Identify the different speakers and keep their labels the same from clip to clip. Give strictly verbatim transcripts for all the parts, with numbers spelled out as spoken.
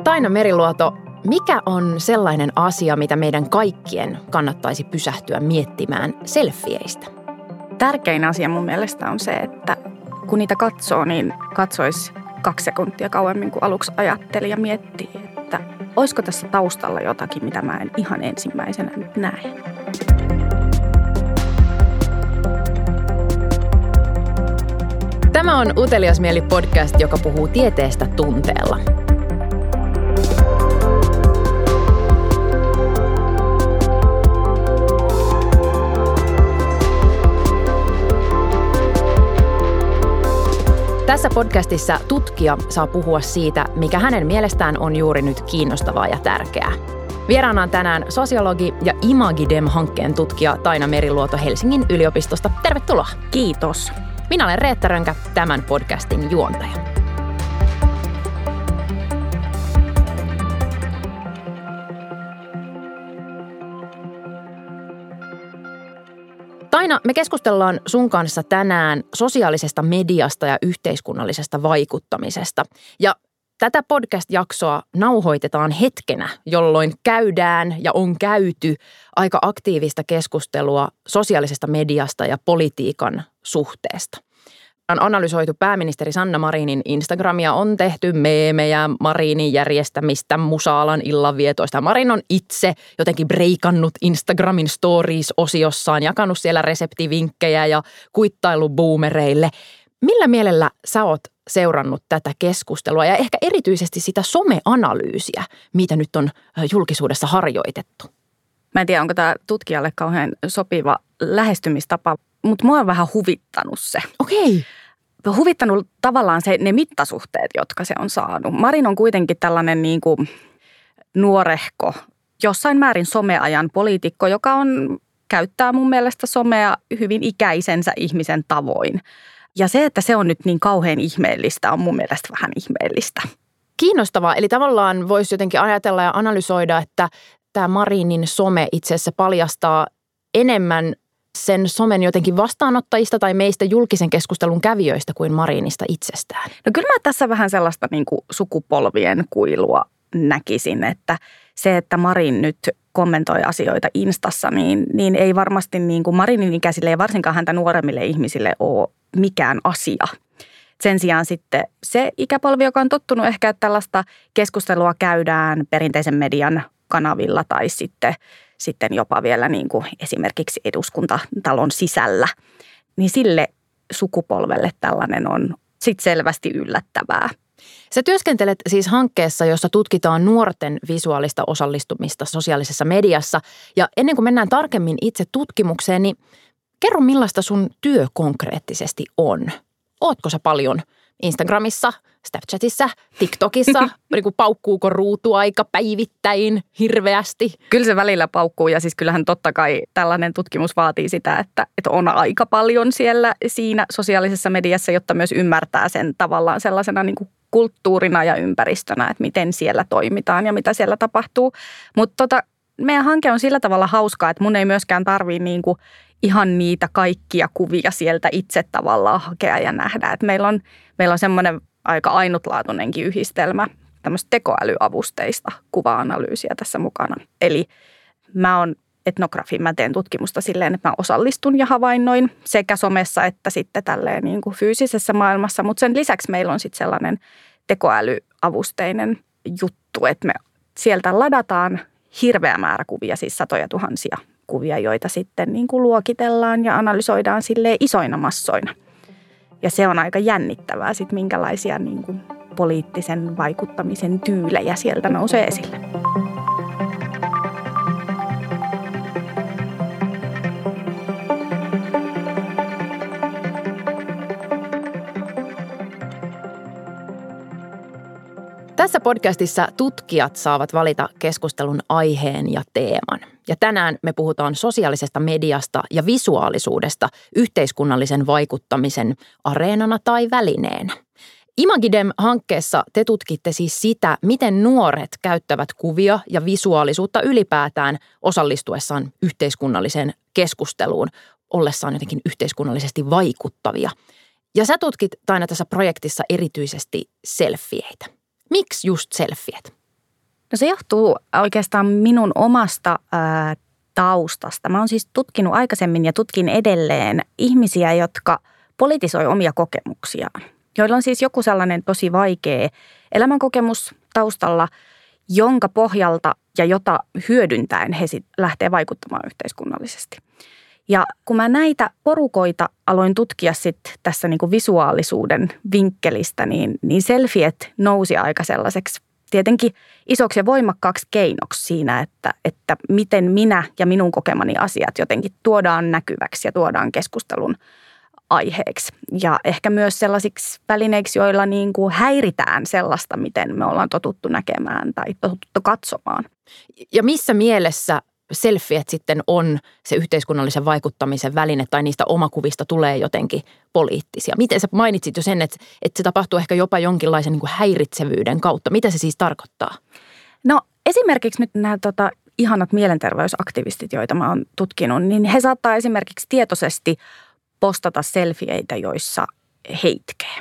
Speaker 1: Taina Meriluoto, mikä on sellainen asia, mitä meidän kaikkien kannattaisi pysähtyä miettimään selfieistä?
Speaker 2: Tärkein asia mun mielestä on se, että kun niitä katsoo, niin katsoisi kaksi sekuntia kauemmin kuin aluksi ajatteli ja miettii, että olisiko tässä taustalla jotakin, mitä mä en ihan ensimmäisenä nyt näe.
Speaker 1: Tämä on Utelias mieli podcast, joka puhuu tieteestä tunteella. Tässä podcastissa tutkija saa puhua siitä, mikä hänen mielestään on juuri nyt kiinnostavaa ja tärkeää. Vieraana on tänään sosiologi ja Imagidem-hankkeen tutkija Taina Meriluoto Helsingin yliopistosta. Tervetuloa.
Speaker 2: Kiitos.
Speaker 1: Minä olen Reetta Rönkä, tämän podcastin juontaja. Taina, me keskustellaan sun kanssa tänään sosiaalisesta mediasta ja yhteiskunnallisesta vaikuttamisesta. Ja tätä podcast-jaksoa nauhoitetaan hetkenä, jolloin käydään ja on käyty aika aktiivista keskustelua sosiaalisesta mediasta ja politiikan suhteesta. On analysoitu pääministeri Sanna Marinin Instagramia, on tehty meemejä Marinin järjestämistä musa-alan illanvietoista. Marin on itse jotenkin breikannut Instagramin stories-osiossaan, jakanut siellä reseptivinkkejä ja kuittailu boomereille. Millä mielellä sä oot seurannut tätä keskustelua ja ehkä erityisesti sitä someanalyysiä, mitä nyt on julkisuudessa harjoitettu?
Speaker 2: Mä en tiedä, onko tämä tutkijalle kauhean sopiva lähestymistapa, mutta mua on vähän huvittanut se.
Speaker 1: Okei.
Speaker 2: Huvittanut tavallaan se, ne mittasuhteet, jotka se on saanut. Marin on kuitenkin tällainen niin kuin nuorehko, jossain määrin someajan poliitikko, joka on, käyttää mun mielestä somea hyvin ikäisensä ihmisen tavoin. Ja se, että se on nyt niin kauhean ihmeellistä, on mun mielestä vähän ihmeellistä.
Speaker 1: Kiinnostavaa. Eli tavallaan voisi jotenkin ajatella ja analysoida, että tämä Marinin some itse asiassa paljastaa enemmän sen somen jotenkin vastaanottajista tai meistä julkisen keskustelun kävijöistä kuin Marinista itsestään.
Speaker 2: No kyllä mä tässä vähän sellaista niin kuin sukupolvien kuilua näkisin, että se, että Marin nyt kommentoi asioita Instassa, niin, niin ei varmasti niin kuin Marinin ikäisille ja varsinkaan häntä nuoremmille ihmisille ole mikään asia. Sen sijaan sitten se ikäpolvi, joka on tottunut ehkä, että tällaista keskustelua käydään perinteisen median kanavilla tai sitten, sitten jopa vielä niin kuin esimerkiksi eduskuntatalon sisällä, niin sille sukupolvelle tällainen on sitten selvästi yllättävää.
Speaker 1: Sä työskentelet siis hankkeessa, jossa tutkitaan nuorten visuaalista osallistumista sosiaalisessa mediassa. Ja ennen kuin mennään tarkemmin itse tutkimukseen, niin kerro millaista sun työ konkreettisesti on. Ootko sä paljon Instagramissa, Snapchatissa, TikTokissa, niin kuin paukkuuko ruutuaika päivittäin hirveästi?
Speaker 2: Kyllä se välillä paukkuu ja siis kyllähän totta kai tällainen tutkimus vaatii sitä, että, että on aika paljon siellä siinä sosiaalisessa mediassa, jotta myös ymmärtää sen tavallaan sellaisena niin kuin kulttuurina ja ympäristönä, että miten siellä toimitaan ja mitä siellä tapahtuu. Mutta tota, meidän hanke on sillä tavalla hauskaa, että mun ei myöskään tarvitse niin kuin ihan niitä kaikkia kuvia sieltä itse tavallaan hakea ja nähdä. Et meillä on, meillä on semmoinen aika ainutlaatuinenkin yhdistelmä tämmöistä tekoälyavusteista kuva-analyysiä tässä mukana. Eli mä oon etnografi, mä teen tutkimusta silleen, että mä osallistun ja havainnoin sekä somessa että sitten tälleen niin kuin fyysisessä maailmassa. Mutta sen lisäksi meillä on sitten sellainen tekoälyavusteinen juttu, että me sieltä ladataan hirveä määrä kuvia, siis satoja tuhansia kuvia, joita sitten niin kuin luokitellaan ja analysoidaan silleen isoina massoina. Ja se on aika jännittävää sitten, minkälaisia niin kuin poliittisen vaikuttamisen tyylejä sieltä nousee esille.
Speaker 1: Tässä podcastissa tutkijat saavat valita keskustelun aiheen ja teeman. Ja tänään me puhutaan sosiaalisesta mediasta ja visuaalisuudesta yhteiskunnallisen vaikuttamisen areenana tai välineenä. Imagidem-hankkeessa te tutkitte siis sitä, miten nuoret käyttävät kuvia ja visuaalisuutta ylipäätään osallistuessaan yhteiskunnalliseen keskusteluun, ollessaan jotenkin yhteiskunnallisesti vaikuttavia. Ja sä tutkit, Taina, tässä projektissa erityisesti selfieitä. Miksi just selfiet?
Speaker 2: No se johtuu oikeastaan minun omasta ää, taustasta. Mä oon siis tutkinut aikaisemmin ja tutkin edelleen ihmisiä, jotka politisoi omia kokemuksiaan. Joilla on siis joku sellainen tosi vaikea elämänkokemus taustalla, jonka pohjalta ja jota hyödyntäen he sit lähtee vaikuttamaan yhteiskunnallisesti. Ja kun mä näitä porukoita aloin tutkia sit tässä niinku visuaalisuuden vinkkelistä, niin, niin selfiet nousi aika sellaiseksi tietenkin isoksi ja voimakkaaksi keinoksi siinä, että, että miten minä ja minun kokemani asiat jotenkin tuodaan näkyväksi ja tuodaan keskustelun aiheeksi. Ja ehkä myös sellaisiksi välineiksi, joilla niin kuin häiritään sellaista, miten me ollaan totuttu näkemään tai totuttu katsomaan.
Speaker 1: Ja missä mielessä selfiet sitten on se yhteiskunnallisen vaikuttamisen väline tai niistä omakuvista tulee jotenkin poliittisia? Miten sä mainitsit jo sen, että, että se tapahtuu ehkä jopa jonkinlaisen niin kuin häiritsevyyden kautta? Mitä se siis tarkoittaa?
Speaker 2: No esimerkiksi nyt nämä tota, ihanat mielenterveysaktivistit, joita mä oon tutkinut, niin he saattaa esimerkiksi tietoisesti postata selfieitä, joissa he itkee.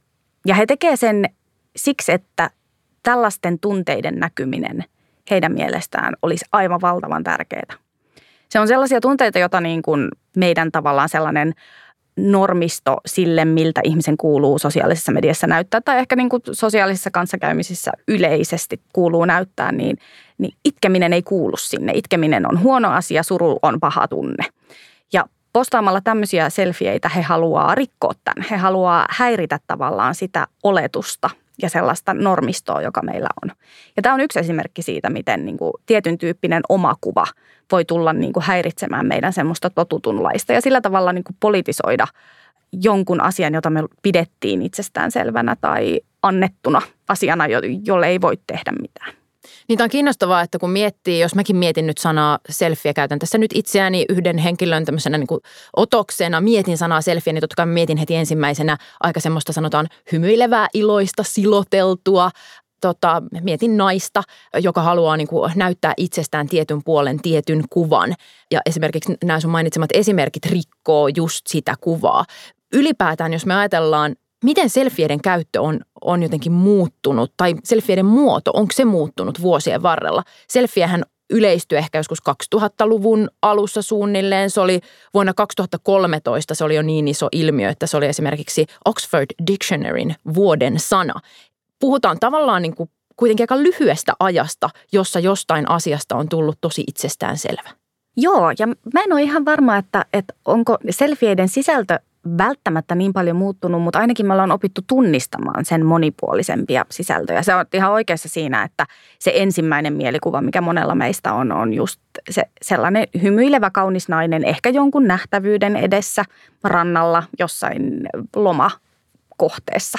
Speaker 2: Ja he tekee sen siksi, että tällaisten tunteiden näkyminen heidän mielestään olisi aivan valtavan tärkeää. Se on sellaisia tunteita, joita niin kuin meidän tavallaan sellainen normisto sille, miltä ihmisen kuuluu sosiaalisessa mediassa näyttää, tai ehkä niin kuin sosiaalisissa kanssakäymisissä yleisesti kuuluu näyttää, niin, niin itkeminen ei kuulu sinne. Itkeminen on huono asia, suru on paha tunne. Ja postaamalla tämmöisiä selfieitä he haluaa rikkoa tämän. He haluaa häiritä tavallaan sitä oletusta ja sellaista normistoa, joka meillä on. Ja tämä on yksi esimerkki siitä, miten niin kuin tietyn tyyppinen omakuva voi tulla niin kuin häiritsemään meidän semmoista totutunlaista ja sillä tavalla niin kuin politisoida jonkun asian, jota me pidettiin itsestäänselvänä tai annettuna asiana, jolle ei voi tehdä mitään.
Speaker 1: Niin tämä on kiinnostavaa, että kun miettii, jos mäkin mietin nyt sanaa selfie, käytän tässä nyt itseäni yhden henkilön tämmöisenä niin kuin otoksena, mietin sanaa selfie, niin totta kai mietin heti ensimmäisenä aika semmoista sanotaan hymyilevää, iloista, siloteltua. Tota, mietin naista, joka haluaa niin kuin näyttää itsestään tietyn puolen, tietyn kuvan. Ja esimerkiksi nämä sun mainitsemat esimerkit rikkoo just sitä kuvaa. Ylipäätään, jos me ajatellaan, miten selfieiden käyttö on, on jotenkin muuttunut tai selfieiden muoto, onko se muuttunut vuosien varrella? Selfiehän yleistyi ehkä joskus kaksituhattaluvun alussa suunnilleen. Se oli vuonna kaksituhattakolmetoista, se oli jo niin iso ilmiö, että se oli esimerkiksi Oxford Dictionaryn vuoden sana. Puhutaan tavallaan niin kuin kuitenkin aika lyhyestä ajasta, jossa jostain asiasta on tullut tosi itsestäänselvä.
Speaker 2: Joo, ja mä en ole ihan varma, että, että onko selfieiden sisältö välttämättä niin paljon muuttunut, mutta ainakin me ollaan opittu tunnistamaan sen monipuolisempia sisältöjä. Se on ihan oikeassa siinä, että se ensimmäinen mielikuva, mikä monella meistä on, on just se sellainen hymyilevä kaunis nainen, ehkä jonkun nähtävyyden edessä rannalla jossain lomakohteessa.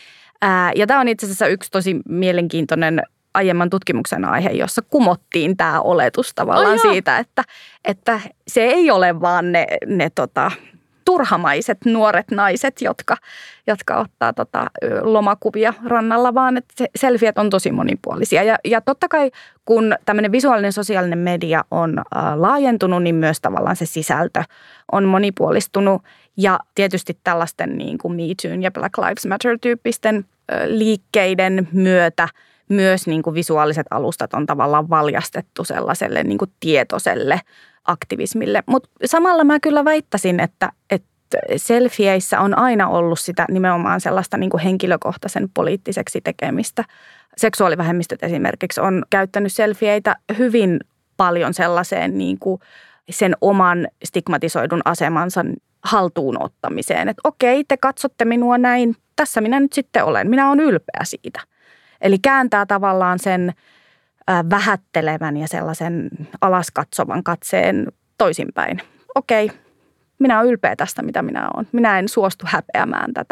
Speaker 2: Ää, ja tämä on itse asiassa yksi tosi mielenkiintoinen aiemman tutkimuksen aihe, jossa kumottiin tämä oletus tavallaan oh, siitä, että, että se ei ole vaan ne, ne tota, turhamaiset nuoret naiset, jotka, jotka ottaa tota, lomakuvia rannalla, vaan että selfiet on tosi monipuolisia. Ja, ja totta kai, kun tämmöinen visuaalinen sosiaalinen media on ä, laajentunut, niin myös tavallaan se sisältö on monipuolistunut. Ja tietysti tällaisten niin kuin Me Toon ja Black Lives Matter-tyyppisten ä, liikkeiden myötä myös niin kuin visuaaliset alustat on tavallaan valjastettu sellaiselle niin kuin tietoiselle aktivismille. Mutta samalla mä kyllä väittäisin, että, että selfieissä on aina ollut sitä nimenomaan sellaista niin kuin henkilökohtaisen poliittiseksi tekemistä. Seksuaalivähemmistöt esimerkiksi on käyttänyt selfieitä hyvin paljon sellaiseen niin kuin sen oman stigmatisoidun asemansa haltuun ottamiseen. Että okei, te katsotte minua näin, tässä minä nyt sitten olen, minä olen ylpeä siitä. Eli kääntää tavallaan sen vähättelevän ja sellaisen alaskatsovan katseen toisinpäin. Okei, minä olen ylpeä tästä, mitä minä olen. Minä en suostu häpeämään tätä.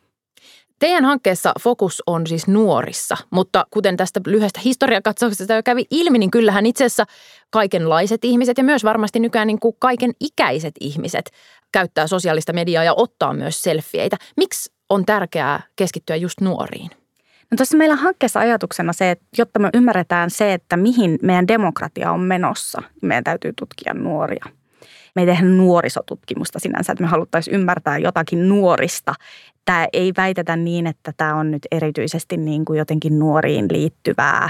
Speaker 1: Teidän hankkeessa fokus on siis nuorissa, mutta kuten tästä lyhyestä historiakatsauksesta jo kävi ilmi, niin kyllähän itse asiassa kaikenlaiset ihmiset ja myös varmasti nykyään niin kuin kaiken ikäiset ihmiset käyttää sosiaalista mediaa ja ottaa myös selfieitä. Miksi on tärkeää keskittyä just nuoriin?
Speaker 2: No tuossa meillä on hankkeessa ajatuksena se, että jotta me ymmärretään se, että mihin meidän demokratia on menossa, niin meidän täytyy tutkia nuoria. Me ei tehdä nuorisotutkimusta sinänsä, että me haluttaisiin ymmärtää jotakin nuorista. Tämä ei väitetä niin, että tämä on nyt erityisesti niin kuin jotenkin nuoriin liittyvää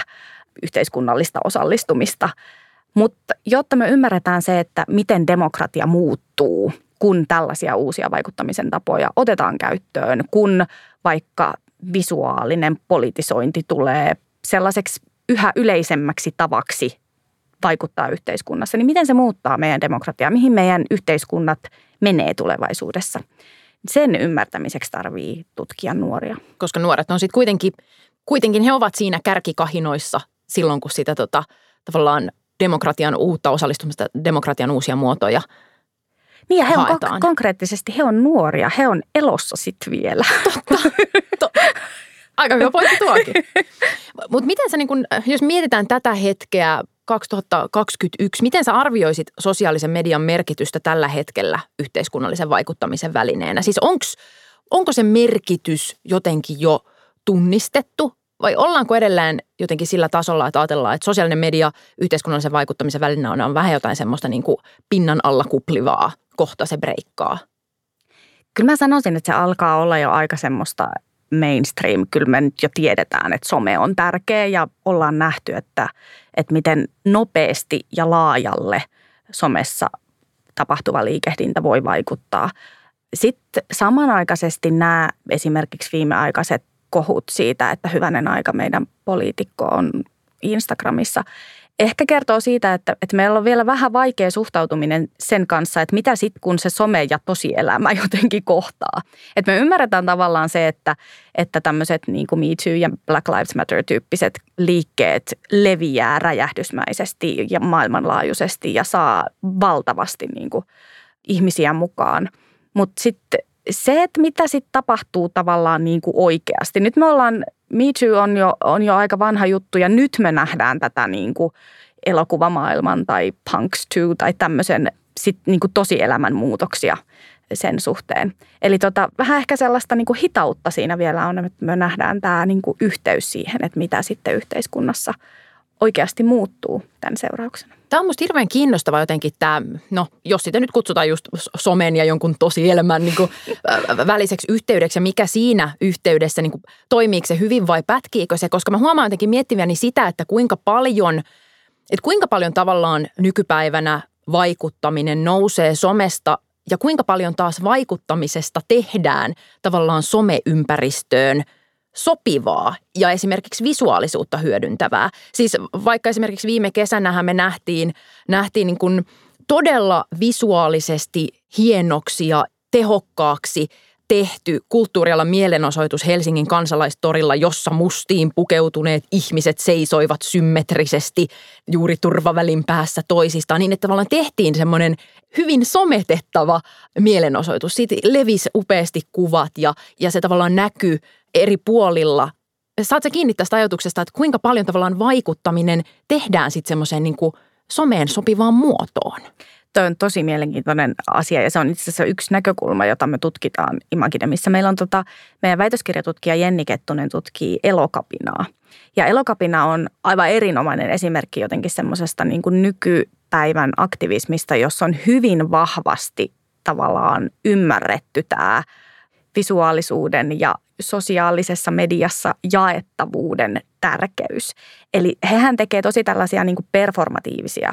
Speaker 2: yhteiskunnallista osallistumista. Mutta jotta me ymmärretään se, että miten demokratia muuttuu, kun tällaisia uusia vaikuttamisen tapoja otetaan käyttöön, kun vaikka visuaalinen politisointi tulee sellaiseksi yhä yleisemmäksi tavaksi vaikuttaa yhteiskunnassa, niin miten se muuttaa meidän demokratiaa, mihin meidän yhteiskunnat menee tulevaisuudessa. Sen ymmärtämiseksi tarvii tutkia nuoria.
Speaker 1: Koska nuoret on sitten kuitenkin, kuitenkin he ovat siinä kärkikahinoissa silloin, kun sitä tota, tavallaan demokratian uutta osallistumista, demokratian uusia muotoja
Speaker 2: niin ja he on
Speaker 1: haetaan.
Speaker 2: Kon- konkreettisesti, he on nuoria, he on elossa sitten vielä.
Speaker 1: Totta. To- Aika hyvä pointti tuokin. Mutta miten sä, niin kun, jos mietitään tätä hetkeä kaksituhattakaksikymmentäyksi, miten sä arvioisit sosiaalisen median merkitystä tällä hetkellä yhteiskunnallisen vaikuttamisen välineenä? Siis onks, onko se merkitys jotenkin jo tunnistettu vai ollaanko edelleen jotenkin sillä tasolla, että ajatellaan, että sosiaalinen media yhteiskunnallisen vaikuttamisen välineenä on vähän jotain semmoista niin kuin pinnan alla kuplivaa, kohta se breikkaa?
Speaker 2: Kyllä mä sanoisin, että se alkaa olla jo aika semmoista mainstream. Kyllä me nyt jo tiedetään, että some on tärkeä ja ollaan nähty, että, että miten nopeasti ja laajalle somessa tapahtuva liikehdintä voi vaikuttaa. Sitten samanaikaisesti nämä esimerkiksi viimeaikaiset kohut siitä, että hyvänen aika meidän poliitikko on Instagramissa, ehkä kertoo siitä, että, että meillä on vielä vähän vaikea suhtautuminen sen kanssa, että mitä sitten kun se some ja tosielämä jotenkin kohtaa. Että me ymmärretään tavallaan se, että, että tämmöiset niin kuin Me Too ja Black Lives Matter-tyyppiset liikkeet leviää räjähdysmäisesti ja maailmanlaajuisesti ja saa valtavasti niin kuin ihmisiä mukaan. Mutta sitten se, että mitä sitten tapahtuu tavallaan niin kuin oikeasti. Nyt me ollaan, Me Too on jo, on jo aika vanha juttu ja nyt me nähdään tätä niin kuin elokuvamaailman tai Punks two tai tämmöisen sit niin kuin tosielämän muutoksia sen suhteen. Eli tota, vähän ehkä sellaista niin kuin hitautta siinä vielä on, että me nähdään tämä niin kuin yhteys siihen, että mitä sitten yhteiskunnassa oikeasti muuttuu tämän seurauksena.
Speaker 1: Tämä on musta hirveän kiinnostava jotenkin tämä, no jos sitä nyt kutsutaan just somen ja jonkun tosielämän niin kuin, äh, väliseksi yhteydeksi ja mikä siinä yhteydessä, niin kuin, toimiiko se hyvin vai pätkiikö se, koska mä huomaan jotenkin miettiväni sitä, että kuinka paljon, että kuinka paljon tavallaan nykypäivänä vaikuttaminen nousee somesta ja kuinka paljon taas vaikuttamisesta tehdään tavallaan someympäristöön sopivaa ja esimerkiksi visuaalisuutta hyödyntävää. Siis vaikka esimerkiksi viime kesänähän me nähtiin, nähtiin niin kuin todella visuaalisesti hienoksi ja tehokkaaksi tehty kulttuurialan mielenosoitus Helsingin Kansalaistorilla, jossa mustiin pukeutuneet ihmiset seisoivat symmetrisesti juuri turvavälin päässä toisistaan, niin että tavallaan tehtiin semmoinen hyvin sometettava mielenosoitus. Siitä levisi upeasti kuvat ja, ja se tavallaan näkyy eri puolilla. Saat sä kiinni tästä ajatuksesta, että kuinka paljon tavallaan vaikuttaminen tehdään sitten semmoiseen niin kuin someen sopivaan muotoon?
Speaker 2: Tuo on tosi mielenkiintoinen asia ja se on itse asiassa yksi näkökulma, jota me tutkitaan Imaginemissä. Meillä on tota, meidän väitöskirjatutkija Jenni Kettunen tutkii elokapinaa. Ja elokapina on aivan erinomainen esimerkki jotenkin semmoisesta niin kuin nykypäivän aktivismista, jossa on hyvin vahvasti tavallaan ymmärretty tämä visuaalisuuden ja sosiaalisessa mediassa jaettavuuden tärkeys. Eli hehän tekee tosi tällaisia niin kuin performatiivisia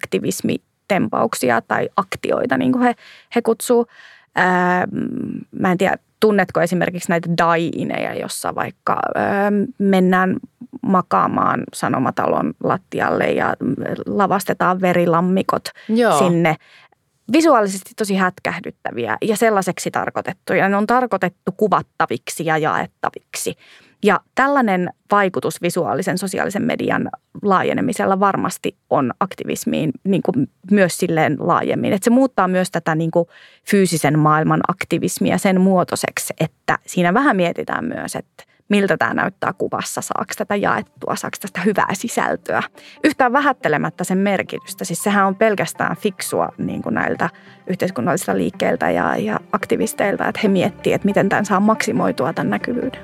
Speaker 2: aktivismitempauksia tai aktioita, niin kuin he, he kutsuu. Ää, mä en tiedä, tunnetko esimerkiksi näitä die-inejä, jossa vaikka ää, mennään makaamaan Sanomatalon lattialle ja lavastetaan verilammikot Joo. sinne. Visuaalisesti tosi hätkähdyttäviä ja sellaiseksi tarkoitettuja. Ne on tarkoitettu kuvattaviksi ja jaettaviksi. Ja tällainen vaikutus visuaalisen sosiaalisen median laajenemisella varmasti on aktivismiin niin kuin myös silleen laajemmin. Että se muuttaa myös tätä niin kuin fyysisen maailman aktivismia sen muotoiseksi, että siinä vähän mietitään myös, että miltä tämä näyttää kuvassa, saako tätä jaettua, saako tästä hyvää sisältöä. Yhtään vähättelemättä sen merkitystä. Siis sehän on pelkästään fiksua niin kuin näiltä yhteiskunnallisilta liikkeiltä ja, ja aktivisteilta, että he miettii, että miten tämän saa maksimoitua tämän näkyvyyden.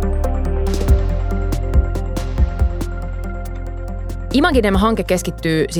Speaker 1: Imaginem-hanke keskittyy siis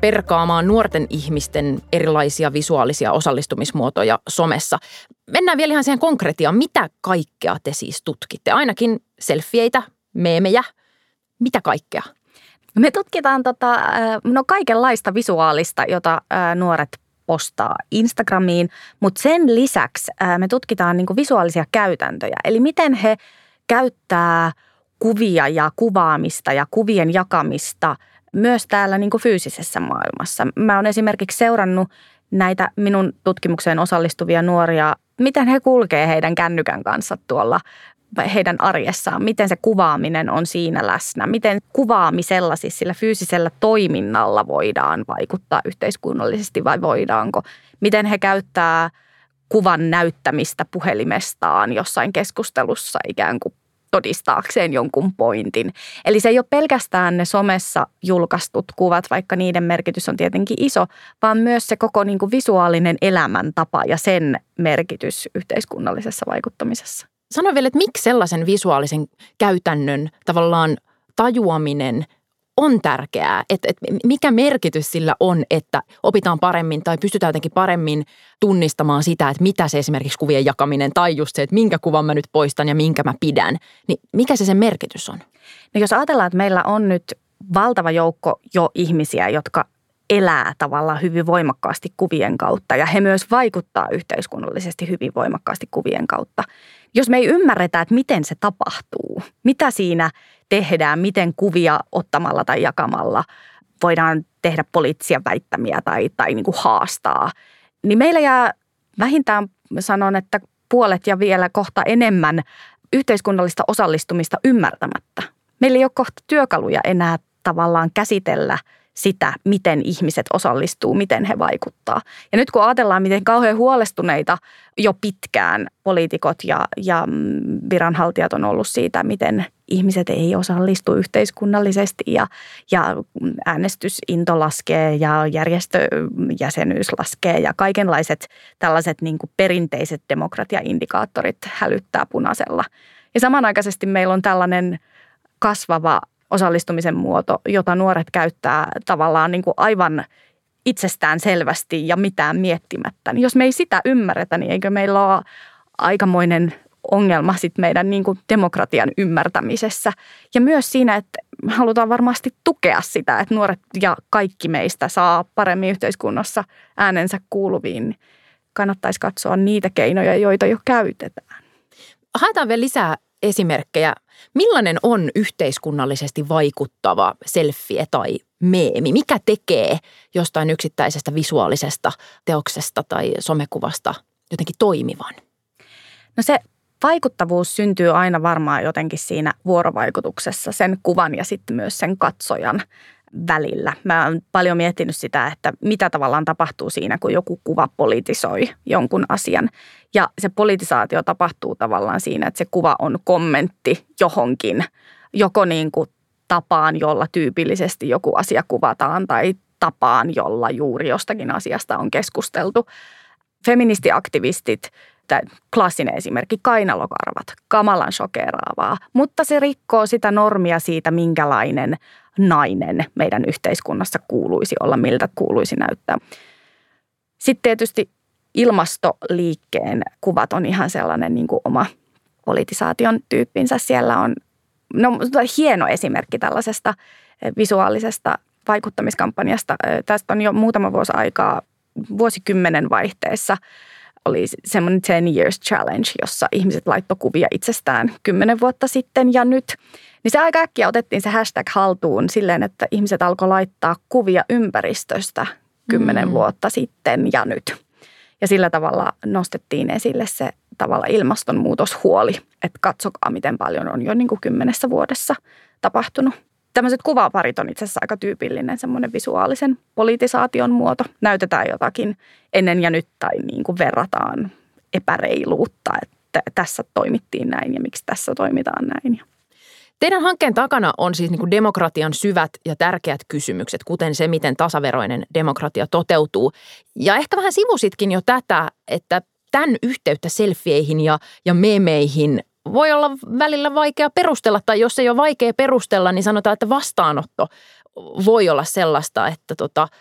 Speaker 1: perkaamaan nuorten ihmisten erilaisia visuaalisia osallistumismuotoja somessa. Mennään vielä ihan siihen konkretiaan. Mitä kaikkea te siis tutkitte? Ainakin selfieitä, meemejä. Mitä kaikkea?
Speaker 2: Me tutkitaan tota, no kaikenlaista visuaalista, jota nuoret postaa Instagramiin, mutta sen lisäksi me tutkitaan niinku visuaalisia käytäntöjä. Eli miten he käyttää kuvia ja kuvaamista ja kuvien jakamista myös täällä niinku fyysisessä maailmassa. Mä oon esimerkiksi seurannut näitä minun tutkimukseen osallistuvia nuoria, miten he kulkee heidän kännykän kanssa tuolla heidän arjessaan, miten se kuvaaminen on siinä läsnä, miten kuvaamisella, siis sillä fyysisellä toiminnalla voidaan vaikuttaa yhteiskunnallisesti vai voidaanko, miten he käyttää kuvan näyttämistä puhelimestaan jossain keskustelussa ikään kuin todistaakseen jonkun pointin. Eli se ei ole pelkästään ne somessa julkaistut kuvat, vaikka niiden merkitys on tietenkin iso, vaan myös se koko niin kuin visuaalinen elämäntapa ja sen merkitys yhteiskunnallisessa vaikuttamisessa.
Speaker 1: Sano vielä, että miksi sellaisen visuaalisen käytännön tavallaan tajuaminen on tärkeää? Että, että mikä merkitys sillä on, että opitaan paremmin tai pystytään jotenkin paremmin tunnistamaan sitä, että mitä se esimerkiksi kuvien jakaminen tai just se, että minkä kuvan mä nyt poistan ja minkä mä pidän. Niin mikä se sen merkitys on?
Speaker 2: No jos ajatellaan, että meillä on nyt valtava joukko jo ihmisiä, jotka elää tavallaan hyvin voimakkaasti kuvien kautta ja he myös vaikuttaa yhteiskunnallisesti hyvin voimakkaasti kuvien kautta. Jos me ei ymmärretä, että miten se tapahtuu, mitä siinä tehdään, miten kuvia ottamalla tai jakamalla voidaan tehdä poliittisia väittämiä tai, tai niin kuin haastaa, niin meillä jää vähintään, sanon, että puolet ja vielä kohta enemmän yhteiskunnallista osallistumista ymmärtämättä. Meillä ei ole kohta työkaluja enää tavallaan käsitellä sitä, miten ihmiset osallistuu, miten he vaikuttaa. Ja nyt kun ajatellaan, miten kauhean huolestuneita jo pitkään poliitikot ja, ja viranhaltijat on ollut siitä, miten ihmiset ei osallistu yhteiskunnallisesti ja, ja äänestysinto laskee ja järjestöjäsenyys laskee ja kaikenlaiset tällaiset niin kuin perinteiset demokratiaindikaattorit hälyttää punaisella. Ja samanaikaisesti meillä on tällainen kasvava osallistumisen muoto, jota nuoret käyttää tavallaan niin kuin aivan itsestään selvästi ja mitään miettimättä. Niin jos me ei sitä ymmärretä, niin eikö meillä ole aikamoinen ongelma sit meidän niin kuin demokratian ymmärtämisessä. Ja myös siinä, että halutaan varmasti tukea sitä, että nuoret ja kaikki meistä saa paremmin yhteiskunnassa äänensä kuuluviin. Kannattaisi katsoa niitä keinoja, joita jo käytetään.
Speaker 1: Haetaan vielä lisää esimerkkejä. Millainen on yhteiskunnallisesti vaikuttava selfie tai meemi? Mikä tekee jostain yksittäisestä visuaalisesta teoksesta tai somekuvasta jotenkin toimivan?
Speaker 2: No se vaikuttavuus syntyy aina varmaan jotenkin siinä vuorovaikutuksessa sen kuvan ja sitten myös sen katsojan välillä. Mä oon paljon miettinyt sitä, että mitä tavallaan tapahtuu siinä, kun joku kuva politisoi jonkun asian. Ja se politisaatio tapahtuu tavallaan siinä, että se kuva on kommentti johonkin, joko niin kuin tapaan, jolla tyypillisesti joku asia kuvataan tai tapaan, jolla juuri jostakin asiasta on keskusteltu. Feministiaktivistit, tämä klassinen esimerkki, kainalokarvat, kamalan shokeraavaa, mutta se rikkoo sitä normia siitä, minkälainen nainen meidän yhteiskunnassa kuuluisi olla, miltä kuuluisi näyttää. Sitten tietysti ilmastoliikkeen kuvat on ihan sellainen niin kuin oma politisaation tyyppinsä. Siellä on no, hieno esimerkki tällaisesta visuaalisesta vaikuttamiskampanjasta. Tästä on jo muutama vuosi aikaa, vuosikymmenen vaihteessa oli semmoinen ten years challenge, jossa ihmiset laittoi kuvia itsestään kymmenen vuotta sitten ja nyt. Niin se aika äkkiä otettiin se hashtag haltuun silleen, että ihmiset alkoi laittaa kuvia ympäristöstä kymmenen mm. vuotta sitten ja nyt. Ja sillä tavalla nostettiin esille se tavalla ilmastonmuutoshuoli, että katsokaa miten paljon on jo niin kuin kymmenessä vuodessa tapahtunut. Tämmöiset kuvaparit on itse asiassa aika tyypillinen semmoinen visuaalisen politisaation muoto. Näytetään jotakin ennen ja nyt tai niin kuin verrataan epäreiluutta, että tässä toimittiin näin ja miksi tässä toimitaan näin.
Speaker 1: Teidän hankkeen takana on siis niin kuin demokratian syvät ja tärkeät kysymykset, kuten se, miten tasaveroinen demokratia toteutuu. Ja ehkä vähän sivusitkin jo tätä, että tämän yhteyttä selfieihin ja, ja meemeihin voi olla välillä vaikea perustella, tai jos ei ole vaikea perustella, niin sanotaan, että vastaanotto voi olla sellaista, että tota,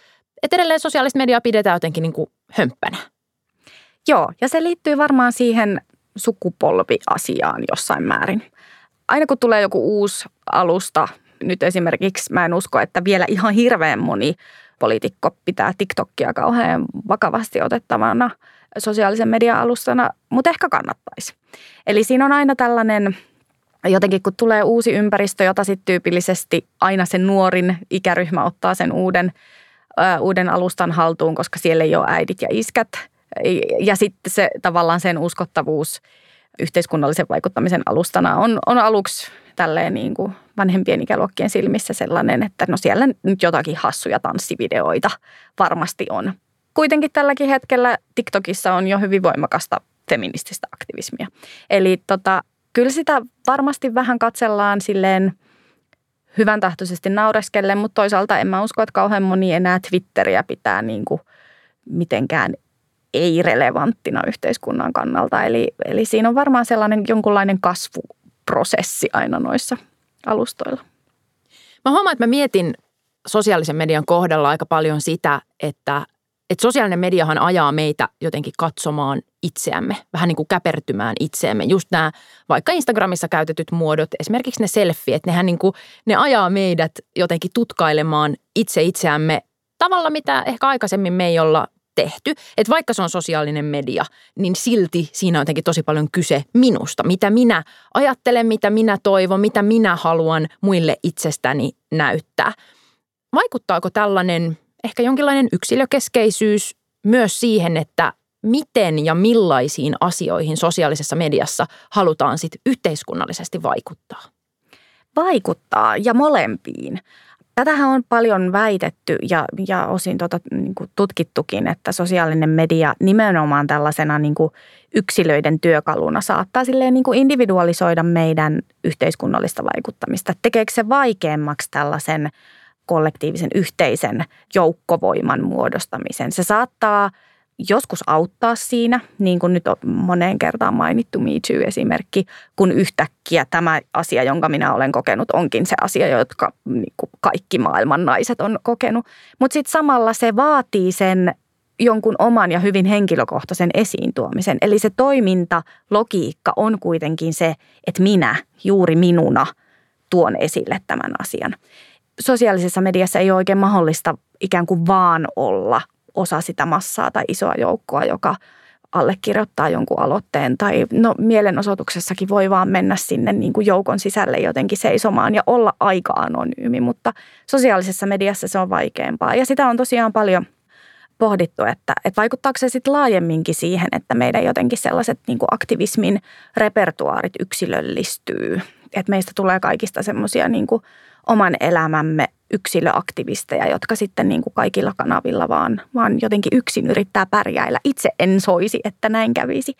Speaker 1: että edelleen sosiaalista mediaa pidetään jotenkin niin kuin hömppänä.
Speaker 2: Joo, ja se liittyy varmaan siihen sukupolviasiaan jossain määrin. Aina kun tulee joku uusi alusta, nyt esimerkiksi mä en usko, että vielä ihan hirveän moni poliitikko pitää TikTokia kauhean vakavasti otettavana sosiaalisen median alustana, mutta ehkä kannattaisi. Eli siinä on aina tällainen, jotenkin kun tulee uusi ympäristö, jota sitten tyypillisesti aina se nuorin ikäryhmä ottaa sen uuden, ää, uuden alustan haltuun, koska siellä ei ole äidit ja iskät. Ja sitten se tavallaan sen uskottavuus yhteiskunnallisen vaikuttamisen alustana on, on aluksi tälleen niin kuin vanhempien ikäluokkien silmissä sellainen, että no siellä nyt jotakin hassuja tanssivideoita varmasti on. Kuitenkin tälläkin hetkellä TikTokissa on jo hyvin voimakasta feminististä aktivismia. Eli tota, kyllä sitä varmasti vähän katsellaan silleen hyvän tahtoisesti naureskellen, mutta toisaalta en mä usko, että kauhean moni enää Twitteriä pitää niin kuin mitenkään ei-relevanttina yhteiskunnan kannalta. Eli, eli siinä on varmaan sellainen jonkunlainen kasvuprosessi aina noissa alustoilla.
Speaker 1: Mä huomaan, että mä mietin sosiaalisen median kohdalla aika paljon sitä, että, että sosiaalinen mediahan ajaa meitä jotenkin katsomaan itseämme, vähän niin kuin käpertymään itseämme. Just nämä vaikka Instagramissa käytetyt muodot, esimerkiksi ne selfiet, nehän niin kuin, ne ajaa meidät jotenkin tutkailemaan itse itseämme tavalla, mitä ehkä aikaisemmin me ei olla tehty. Että vaikka se on sosiaalinen media, niin silti siinä on jotenkin tosi paljon kyse minusta. Mitä minä ajattelen, mitä minä toivon, mitä minä haluan muille itsestäni näyttää. Vaikuttaako tällainen ehkä jonkinlainen yksilökeskeisyys myös siihen, että miten ja millaisiin asioihin sosiaalisessa mediassa halutaan sitten yhteiskunnallisesti vaikuttaa?
Speaker 2: Vaikuttaa ja molempiin. Tätähän on paljon väitetty ja, ja osin tota, niin kuin tutkittukin, että sosiaalinen media nimenomaan tällaisena niin kuin yksilöiden työkaluna saattaa silleen niin kuin individualisoida meidän yhteiskunnallista vaikuttamista. Tekeekö se vaikeammaksi tällaisen kollektiivisen yhteisen joukkovoiman muodostamisen? Se saattaa joskus auttaa siinä, niin kuin nyt on moneen kertaan mainittu Me Too-esimerkki, kun yhtäkkiä tämä asia, jonka minä olen kokenut, onkin se asia, jotka niin kuin kaikki maailman naiset on kokenut. Mutta sitten samalla se vaatii sen jonkun oman ja hyvin henkilökohtaisen esiin tuomisen. Eli se toimintalogiikka on kuitenkin se, että minä juuri minuna tuon esille tämän asian. Sosiaalisessa mediassa ei ole oikein mahdollista ikään kuin vaan olla osa sitä massaa tai isoa joukkoa, joka allekirjoittaa jonkun aloitteen. Tai no mielenosoituksessakin voi vaan mennä sinne niin kuin joukon sisälle jotenkin seisomaan ja olla aika anonyymi, mutta sosiaalisessa mediassa se on vaikeampaa. Ja sitä on tosiaan paljon pohdittu, että, että vaikuttaako se sitten laajemminkin siihen, että meidän jotenkin sellaiset niin kuin aktivismin repertuaarit yksilöllistyy. Että meistä tulee kaikista semmoisia niin kuin oman elämämme yksilöaktivisteja, jotka sitten niin kuin kaikilla kanavilla vaan, vaan jotenkin yksin yrittää pärjäillä. Itse en soisi, että näin kävisi.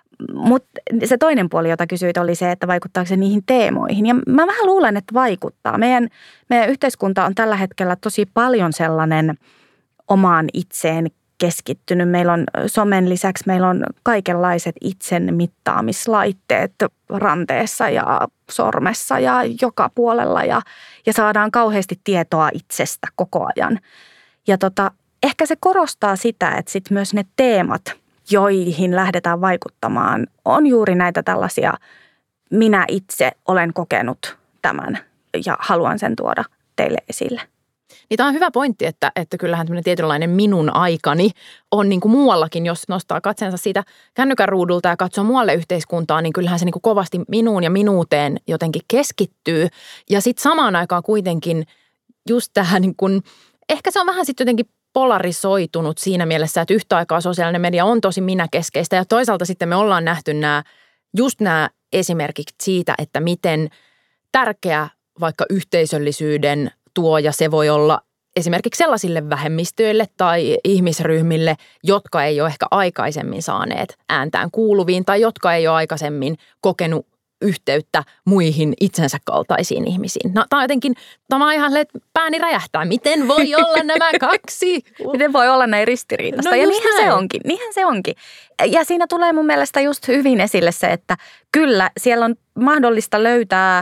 Speaker 2: Mutta se toinen puoli, jota kysyit, oli se, että vaikuttaako se niihin teemoihin. Ja mä vähän luulen, että vaikuttaa. Meidän, meidän yhteiskunta on tällä hetkellä tosi paljon sellainen omaan itseen keskittynyt. Meillä on somen lisäksi, meillä on kaikenlaiset itsen mittaamislaitteet ranteessa ja sormessa ja joka puolella ja, ja saadaan kauheasti tietoa itsestä koko ajan. Ja tota, ehkä se korostaa sitä, että sit myös ne teemat, joihin lähdetään vaikuttamaan, on juuri näitä tällaisia, minä itse olen kokenut tämän ja haluan sen tuoda teille esille.
Speaker 1: Niin tämä on hyvä pointti, että, että kyllähän tämmöinen tietynlainen minun aikani on niin kuin muuallakin, jos nostaa katseensa siitä kännykän ruudulta ja katsoo muualle yhteiskuntaa, niin kyllähän se niin kuin kovasti minuun ja minuuteen jotenkin keskittyy. Ja sitten samaan aikaan kuitenkin just tähän niin kuin, ehkä se on vähän sitten jotenkin polarisoitunut siinä mielessä, että yhtä aikaa sosiaalinen media on tosi minäkeskeistä ja toisaalta sitten me ollaan nähty nämä, just nämä esimerkiksi siitä, että miten tärkeä vaikka yhteisöllisyyden tuo ja se voi olla esimerkiksi sellaisille vähemmistöille tai ihmisryhmille, jotka ei ole ehkä aikaisemmin saaneet ääntään kuuluviin tai jotka ei ole aikaisemmin kokenut yhteyttä muihin itsensä kaltaisiin ihmisiin. No, tämä on jotenkin, tämä on ihan, että pääni räjähtää. Miten voi olla nämä kaksi?
Speaker 2: Miten voi olla näin ristiriitasta? No ja niinhän näin. se onkin, niinhän se onkin. Ja siinä tulee mun mielestä just hyvin esille se, että kyllä siellä on mahdollista löytää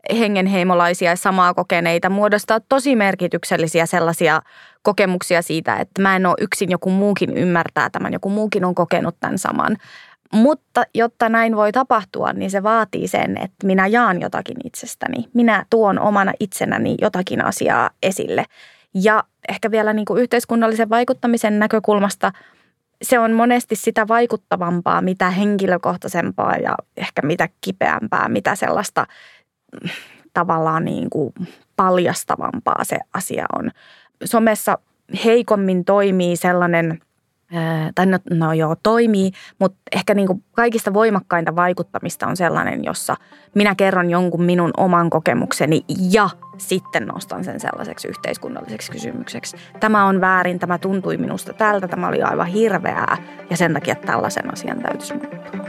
Speaker 2: hengenheimolaisia ja samaa kokeneita, muodostaa tosi merkityksellisiä sellaisia kokemuksia siitä, että mä en ole yksin, joku muukin ymmärtää tämän, joku muukin on kokenut tämän saman. Mutta jotta näin voi tapahtua, niin se vaatii sen, että minä jaan jotakin itsestäni. Minä tuon omana itsenäni jotakin asiaa esille. Ja ehkä vielä niin kuin yhteiskunnallisen vaikuttamisen näkökulmasta se on monesti sitä vaikuttavampaa, mitä henkilökohtaisempaa ja ehkä mitä kipeämpää, mitä sellaista tavallaan niin kuin paljastavampaa se asia on. Somessa heikommin toimii sellainen, tai no, no joo, toimii, mutta ehkä niin kuin kaikista voimakkainta vaikuttamista on sellainen, jossa minä kerron jonkun minun oman kokemukseni ja sitten nostan sen sellaiseksi yhteiskunnalliseksi kysymykseksi. Tämä on väärin, tämä tuntui minusta tältä, tämä oli aivan hirveää ja sen takia tällaisen asian täytyisi muuttua.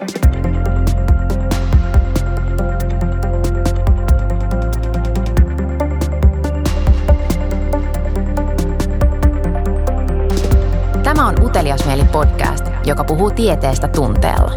Speaker 1: Tämä on Utelias mieli podcast, joka puhuu tieteestä tunteella.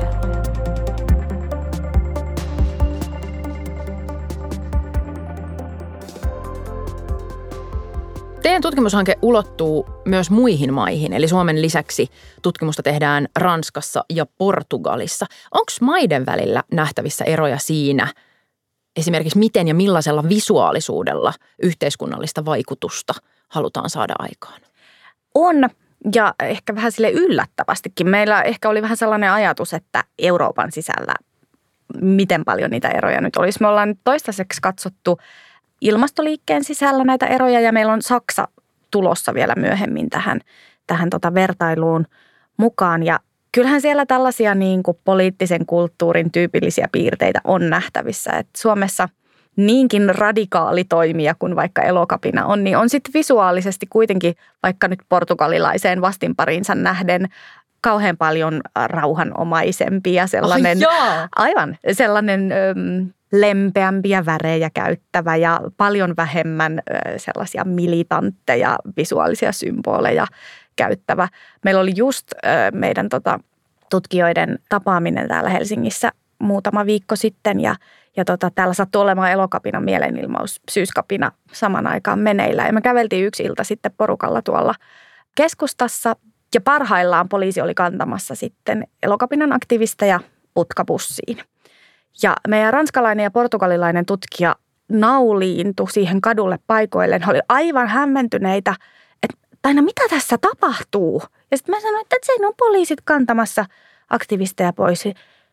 Speaker 1: Teidän tutkimushanke ulottuu myös muihin maihin, eli Suomen lisäksi tutkimusta tehdään Ranskassa ja Portugalissa. Onko maiden välillä nähtävissä eroja siinä, esimerkiksi miten ja millaisella visuaalisuudella yhteiskunnallista vaikutusta halutaan saada aikaan?
Speaker 2: On. Ja ehkä vähän sille yllättävästikin. Meillä ehkä oli vähän sellainen ajatus, että Euroopan sisällä miten paljon niitä eroja nyt olisi. Me ollaan nyt toistaiseksi katsottu ilmastoliikkeen sisällä näitä eroja ja meillä on Saksa tulossa vielä myöhemmin tähän, tähän tota vertailuun mukaan. Ja kyllähän siellä tällaisia niin kuin poliittisen kulttuurin tyypillisiä piirteitä on nähtävissä. Että Suomessa niinkin radikaali toimija kuin vaikka Elokapina on, niin on sitten visuaalisesti kuitenkin vaikka nyt portugalilaiseen vastinpariinsa nähden kauhean paljon rauhanomaisempi ja sellainen,
Speaker 1: oh,
Speaker 2: aivan sellainen öm, lempeämpiä värejä käyttävä ja paljon vähemmän ö, sellaisia militantteja visuaalisia symboleja käyttävä. Meillä oli just ö, meidän tota, tutkijoiden tapaaminen täällä Helsingissä muutama viikko sitten ja Ja tota, täällä sattui olemaan Elokapinan mielenilmaus, Syyskapina saman aikaan meneillään. Ja me käveltiin yksi ilta sitten porukalla tuolla keskustassa. Ja parhaillaan poliisi oli kantamassa sitten Elokapinan aktivisteja putkabussiin. Ja meidän ranskalainen ja portugalilainen tutkija nauliintui siihen kadulle paikoilleen. He oli aivan hämmentyneitä, että Taina, mitä tässä tapahtuu? Ja sitten mä sanoin, että siinä on poliisit kantamassa aktivisteja pois.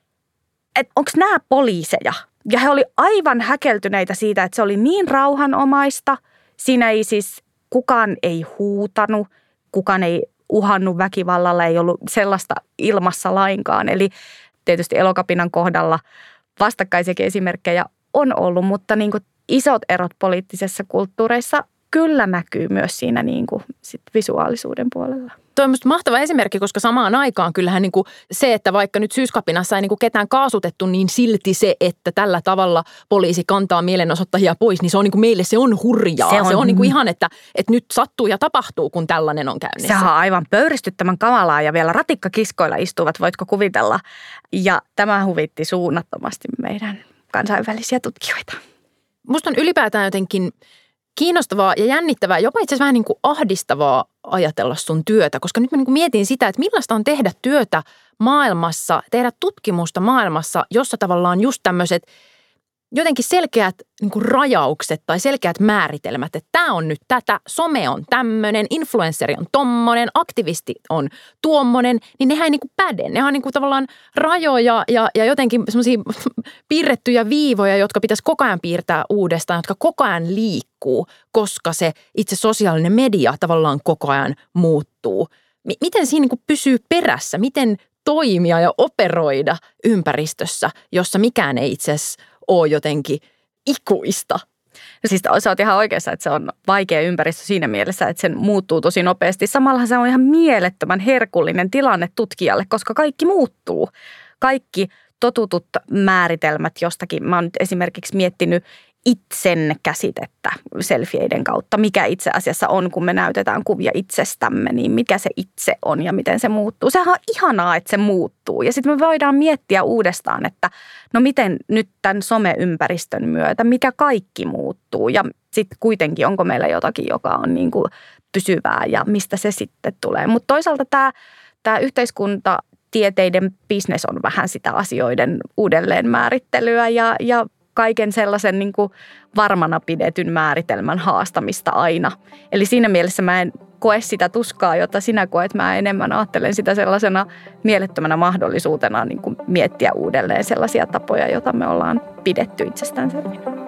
Speaker 2: Että onko nämä poliiseja? Ja he oli aivan häkeltyneitä siitä, että se oli niin rauhanomaista. Siinä ei siis, kukaan ei huutanut, kukaan ei uhannut väkivallalla, ei ollut sellaista ilmassa lainkaan. Eli tietysti Elokapinan kohdalla vastakkaisiakin esimerkkejä on ollut, mutta niin kuin isot erot poliittisessa kulttuureissa kyllä näkyy myös siinä niin kuin sit visuaalisuuden puolella.
Speaker 1: Tuo on musta mahtava esimerkki, koska samaan aikaan kyllähän niin kuin se, että vaikka nyt Syyskapinassa ei niin kuin ketään kaasutettu, niin silti se, että tällä tavalla poliisi kantaa mielenosoittajia pois, niin se on niin kuin meille se on hurjaa. Se on, se on niin kuin ihan, että, että nyt sattuu ja tapahtuu, kun tällainen on käynnissä.
Speaker 2: Se on aivan pöyristyttävän kamalaa ja vielä ratikkakiskoilla istuvat, voitko kuvitella. Ja tämä huvitti suunnattomasti meidän kansainvälisiä tutkijoita.
Speaker 1: Musta on ylipäätään jotenkin kiinnostavaa ja jännittävää, jopa itse asiassa vähän niin kuin ahdistavaa ajatella sun työtä, koska nyt mä niin kuin mietin sitä, että millaista on tehdä työtä maailmassa, tehdä tutkimusta maailmassa, jossa tavallaan just tämmöiset jotenkin selkeät niin kuin rajaukset tai selkeät määritelmät, että tämä on nyt tätä, some on tämmöinen, influenssari on tommonen, aktivisti on tuommoinen, niin nehän ei niin kuin päde. Nehän on niin kuin tavallaan rajoja ja, ja jotenkin semmoisia piirrettyjä viivoja, jotka pitäisi koko ajan piirtää uudestaan, jotka koko ajan liikkuu, koska se itse sosiaalinen media tavallaan koko ajan muuttuu. M- miten siinä niin kuin pysyy perässä? Miten toimia ja operoida ympäristössä, jossa mikään ei itse asiassa ole jotenkin ikuista?
Speaker 2: No siis sä oot ihan oikeassa, että se on vaikea ympäristö siinä mielessä, että sen muuttuu tosi nopeasti. Samalla se on ihan mielettömän herkullinen tilanne tutkijalle, koska kaikki muuttuu. Kaikki totutut määritelmät jostakin. Mä oon nyt esimerkiksi miettinyt itsen käsitettä selfieiden kautta. Mikä itse asiassa on, kun me näytetään kuvia itsestämme, niin mikä se itse on ja miten se muuttuu. Sehän on ihanaa, että se muuttuu. Ja sitten me voidaan miettiä uudestaan, että no miten nyt tämän someympäristön myötä, mikä kaikki muuttuu. Ja sitten kuitenkin onko meillä jotakin, joka on niin kuin pysyvää ja mistä se sitten tulee. Mutta toisaalta tämä, tämä yhteiskuntatieteiden business on vähän sitä asioiden uudelleenmäärittelyä ja, ja kaiken sellaisen niin kuin varmana pidetyn määritelmän haastamista aina. Eli siinä mielessä mä en koe sitä tuskaa, jota sinä koet. Mä enemmän ajattelen sitä sellaisena mielettömänä mahdollisuutena niin kuin miettiä uudelleen sellaisia tapoja, joita me ollaan pidetty itsestäänselvinä.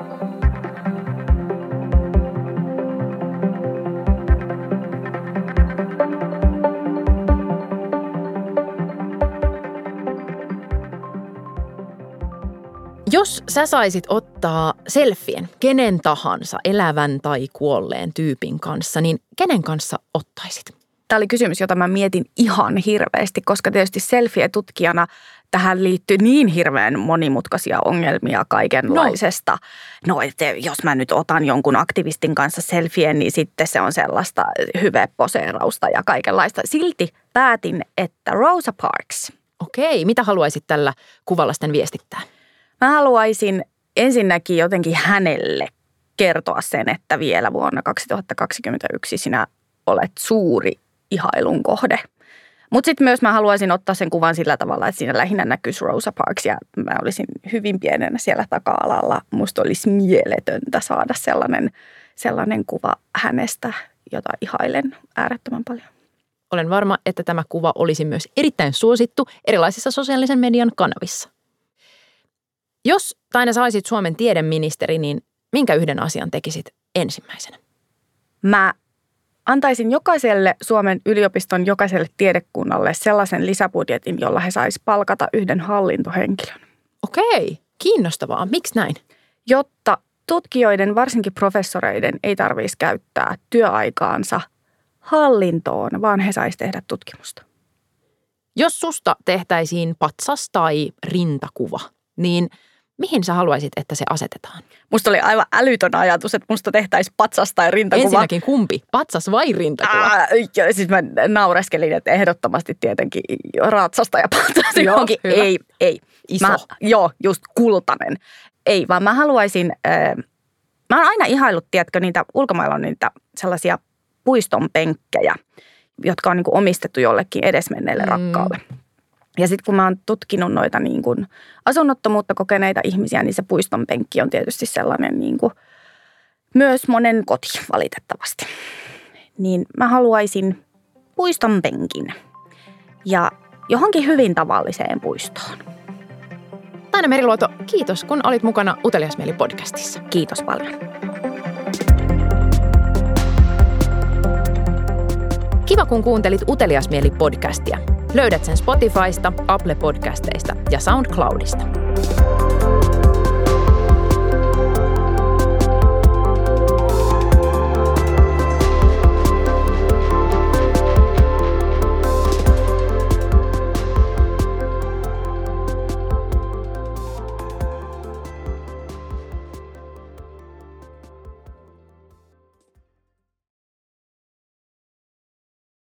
Speaker 1: Jos sä saisit ottaa selfien kenen tahansa elävän tai kuolleen tyypin kanssa, niin kenen kanssa ottaisit?
Speaker 2: Tämä oli kysymys, jota mä mietin ihan hirveästi, koska tietysti selfie-tutkijana tähän liittyy niin hirveän monimutkaisia ongelmia kaikenlaisesta. No, no että jos mä nyt otan jonkun aktivistin kanssa selfien, niin sitten se on sellaista hyveposeerausta ja kaikenlaista. Silti päätin, että Rosa Parks.
Speaker 1: Okei, mitä haluaisit tällä kuvalla sitten viestittää?
Speaker 2: Mä haluaisin ensinnäkin jotenkin hänelle kertoa sen, että vielä vuonna kaksituhattakaksikymmentäyksi sinä olet suuri ihailun kohde. Mutta sitten myös mä haluaisin ottaa sen kuvan sillä tavalla, että siinä lähinnä näkyisi Rosa Parks ja mä olisin hyvin pienenä siellä taka-alalla. Musta olisi mieletöntä saada sellainen, sellainen kuva hänestä, jota ihailen äärettömän paljon.
Speaker 1: Olen varma, että tämä kuva olisi myös erittäin suosittu erilaisissa sosiaalisen median kanavissa. Jos Taina saisit Suomen tiedeministeri, niin minkä yhden asian tekisit ensimmäisenä?
Speaker 2: Mä antaisin jokaiselle Suomen yliopiston jokaiselle tiedekunnalle sellaisen lisäbudjetin, jolla he sais palkata yhden hallintohenkilön.
Speaker 1: Okei, kiinnostavaa. Miksi näin?
Speaker 2: Jotta tutkijoiden, varsinkin professoreiden, ei tarvitsisi käyttää työaikaansa hallintoon, vaan he sais tehdä tutkimusta.
Speaker 1: Jos susta tehtäisiin patsas tai rintakuva, niin mihin sä haluaisit, että se asetetaan?
Speaker 2: Musta oli aivan älytön ajatus, että musta tehtäisiin patsas tai rintakuva.
Speaker 1: Ensinnäkin kumpi? Patsas vai rintakuva?
Speaker 2: Ää, siis mä naureskelin, että ehdottomasti tietenkin ratsasta ja patsas johonkin. Ei, ei.
Speaker 1: Iso.
Speaker 2: Mä, joo, just kultainen. Ei, vaan mä haluaisin, äh, mä oon aina ihaillut, tiedätkö, niitä, ulkomailla on niitä sellaisia puiston penkkejä, jotka on niin kuin omistettu jollekin edesmenneelle mm. rakkaalle. Ja sitten kun mä oon tutkinut noita niin kuin asunnottomuutta kokeneita ihmisiä, niin se puiston penkki on tietysti sellainen niin kuin myös monen koti valitettavasti. Niin mä haluaisin puiston penkin ja johonkin hyvin tavalliseen puistoon.
Speaker 1: Taina Meriluoto, kiitos kun olit mukana Utelias Mieli -podcastissa.
Speaker 2: Kiitos paljon.
Speaker 1: Kiva kun kuuntelit Utelias Mieli -podcastia. Löydät sen Spotifysta, Apple Podcasteista ja SoundCloudista.